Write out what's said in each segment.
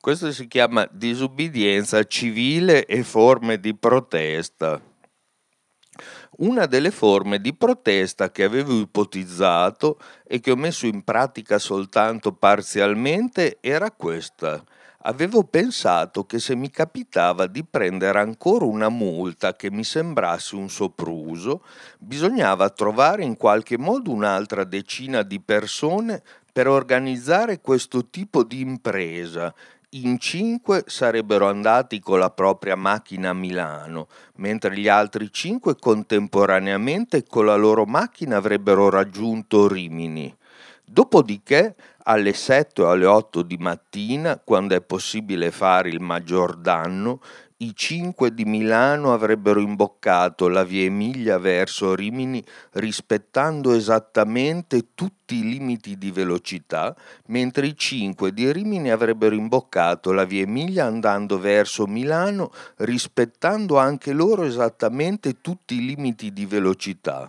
Questo si chiama disubbidienza civile e forme di protesta. Una delle forme di protesta che avevo ipotizzato e che ho messo in pratica soltanto parzialmente era questa. Avevo pensato che se mi capitava di prendere ancora una multa che mi sembrasse un sopruso, bisognava trovare in qualche modo un'altra decina di persone per organizzare questo tipo di impresa. In 5 sarebbero andati con la propria macchina a Milano, mentre gli altri 5 contemporaneamente con la loro macchina avrebbero raggiunto Rimini. Dopodiché, alle 7 o alle 8 di mattina, quando è possibile fare il maggior danno, i 5 di Milano avrebbero imboccato la via Emilia verso Rimini rispettando esattamente tutti i limiti di velocità, mentre i 5 di Rimini avrebbero imboccato la via Emilia andando verso Milano rispettando anche loro esattamente tutti i limiti di velocità.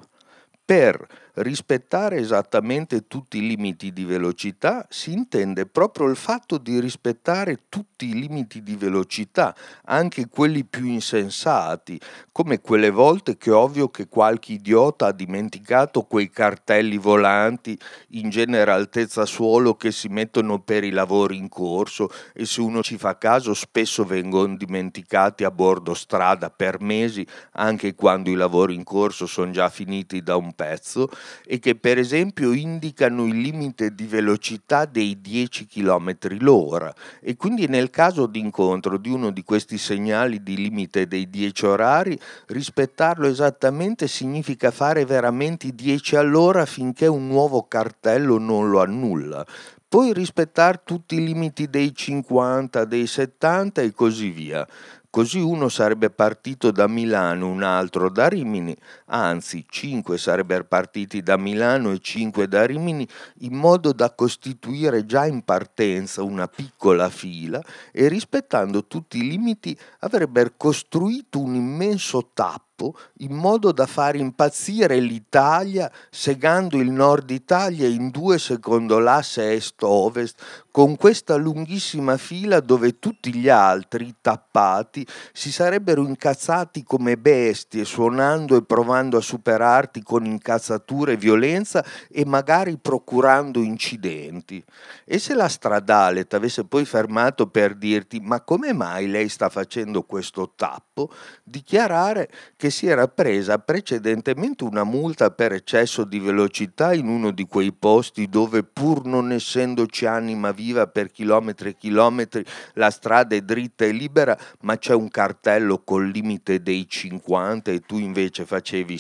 Per rispettare esattamente tutti i limiti di velocità si intende proprio il fatto di rispettare tutti i limiti di velocità, anche quelli più insensati, come quelle volte che è ovvio che qualche idiota ha dimenticato quei cartelli volanti in genere altezza suolo che si mettono per i lavori in corso e se uno ci fa caso spesso vengono dimenticati a bordo strada per mesi anche quando i lavori in corso sono già finiti da un pezzo e che per esempio indicano il limite di velocità dei 10 km l'ora e quindi nel caso d'incontro di uno di questi segnali di limite dei 10 orari rispettarlo esattamente significa fare veramente i 10 all'ora finché un nuovo cartello non lo annulla. Poi rispettare tutti i limiti dei 50, dei 70 e così via. Così uno sarebbe partito da Milano, un altro da Rimini, anzi 5 sarebbero partiti da Milano e 5 da Rimini, in modo da costituire già in partenza una piccola fila e rispettando tutti i limiti avrebbero costruito un immenso tappo in modo da far impazzire l'Italia segando il nord Italia in due secondo l'asse est-ovest con questa lunghissima fila dove tutti gli altri tappati si sarebbero incazzati come bestie suonando e provando a superarti con incazzature e violenza e magari procurando incidenti. E se la stradale t'avesse poi fermato per dirti ma come mai lei sta facendo questo tappo, dichiarare che si era presa precedentemente una multa per eccesso di velocità in uno di quei posti dove pur non essendoci anima viva per chilometri e chilometri la strada è dritta e libera ma c'è un cartello col limite dei 50 e tu invece facevi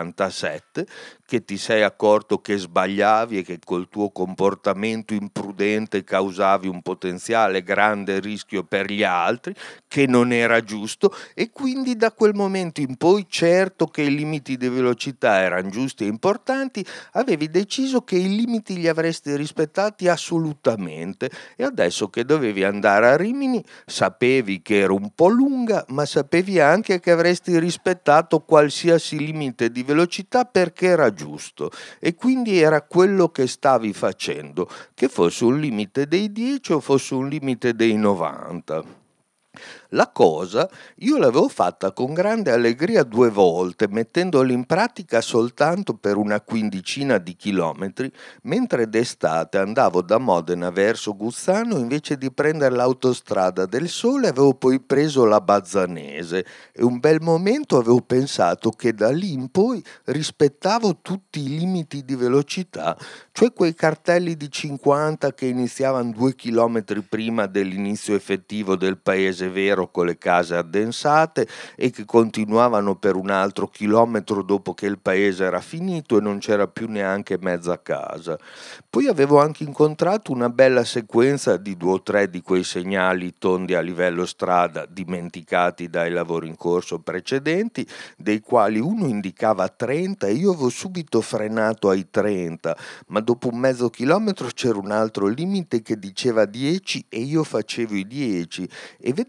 67, che ti sei accorto che sbagliavi e che col tuo comportamento imprudente causavi un potenziale grande rischio per gli altri, che non era giusto e quindi da quel momento in poi, certo che i limiti di velocità erano giusti e importanti, avevi deciso che i limiti li avresti rispettati assolutamente e adesso che dovevi andare a Rimini sapevi che era un po' lunga, ma sapevi anche che avresti rispettato qualsiasi limite di velocità perché era giusto e quindi era quello che stavi facendo, che fosse un limite dei 10 o fosse un limite dei 90. La cosa io l'avevo fatta con grande allegria 2 volte, mettendola in pratica soltanto per una quindicina di chilometri, mentre d'estate andavo da Modena verso Guzzano invece di prendere l'autostrada del Sole avevo poi preso la Bazzanese e un bel momento avevo pensato che da lì in poi rispettavo tutti i limiti di velocità, cioè quei cartelli di 50 che iniziavano 2 chilometri prima dell'inizio effettivo del paese vero con le case addensate e che continuavano per un altro chilometro dopo che il paese era finito e non c'era più neanche mezza casa. Poi avevo anche incontrato una bella sequenza di 2 o 3 di quei segnali tondi a livello strada dimenticati dai lavori in corso precedenti, dei quali uno indicava 30 e io avevo subito frenato ai 30, ma dopo un mezzo chilometro c'era un altro limite che diceva 10 e io facevo i 10 e vedevo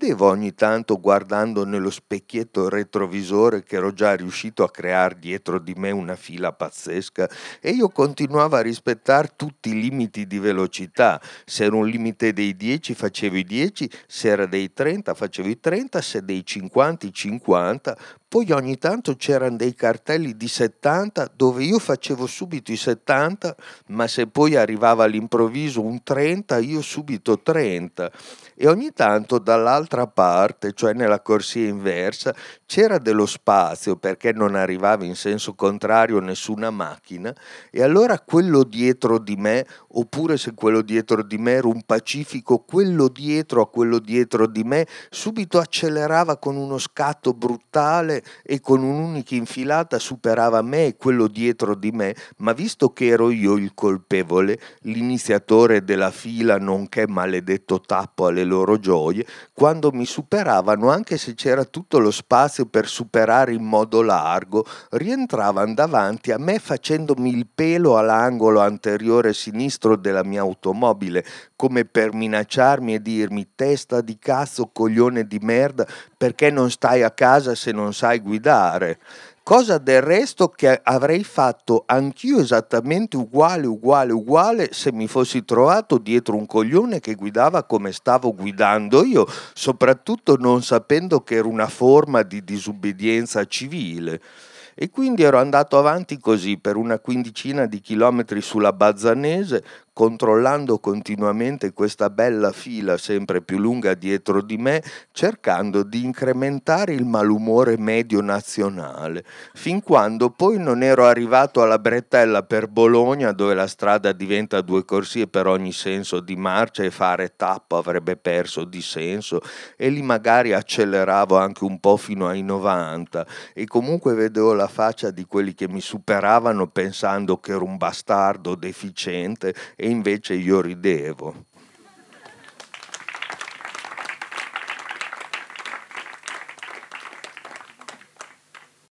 vedevo ogni tanto, guardando nello specchietto retrovisore, che ero già riuscito a creare dietro di me una fila pazzesca, e io continuavo a rispettare tutti i limiti di velocità. Se era un limite dei 10 facevo i 10, se era dei 30 facevo i 30, se dei 50 i 50. Poi ogni tanto c'erano dei cartelli di 70 dove io facevo subito i 70, ma se poi arrivava all'improvviso un 30 io subito 30. E ogni tanto dall'altra parte, cioè nella corsia inversa, c'era dello spazio perché non arrivava in senso contrario nessuna macchina, e allora quello dietro di me, oppure se quello dietro di me era un Pacifico, quello dietro a quello dietro di me subito accelerava con uno scatto brutale e con un'unica infilata superava me e quello dietro di me, ma visto che ero io il colpevole, l'iniziatore della fila nonché maledetto tappo alle loro gioie, quando mi superavano, anche se c'era tutto lo spazio per superare in modo largo, rientravano davanti a me facendomi il pelo all'angolo anteriore sinistro della mia automobile, come per minacciarmi e dirmi: testa di cazzo, coglione di merda, perché non stai a casa se non sai guidare? Cosa del resto che avrei fatto anch'io esattamente uguale se mi fossi trovato dietro un coglione che guidava come stavo guidando io, soprattutto non sapendo che era una forma di disobbedienza civile. E quindi ero andato avanti così per una quindicina di chilometri sulla Bazzanese, controllando continuamente questa bella fila sempre più lunga dietro di me, cercando di incrementare il malumore medio nazionale, fin quando poi non ero arrivato alla bretella per Bologna, dove la strada diventa 2 corsie per ogni senso di marcia e fare tappo avrebbe perso di senso, e lì magari acceleravo anche un po' fino ai 90, e comunque vedevo la faccia di quelli che mi superavano pensando che ero un bastardo deficiente, e invece io ridevo.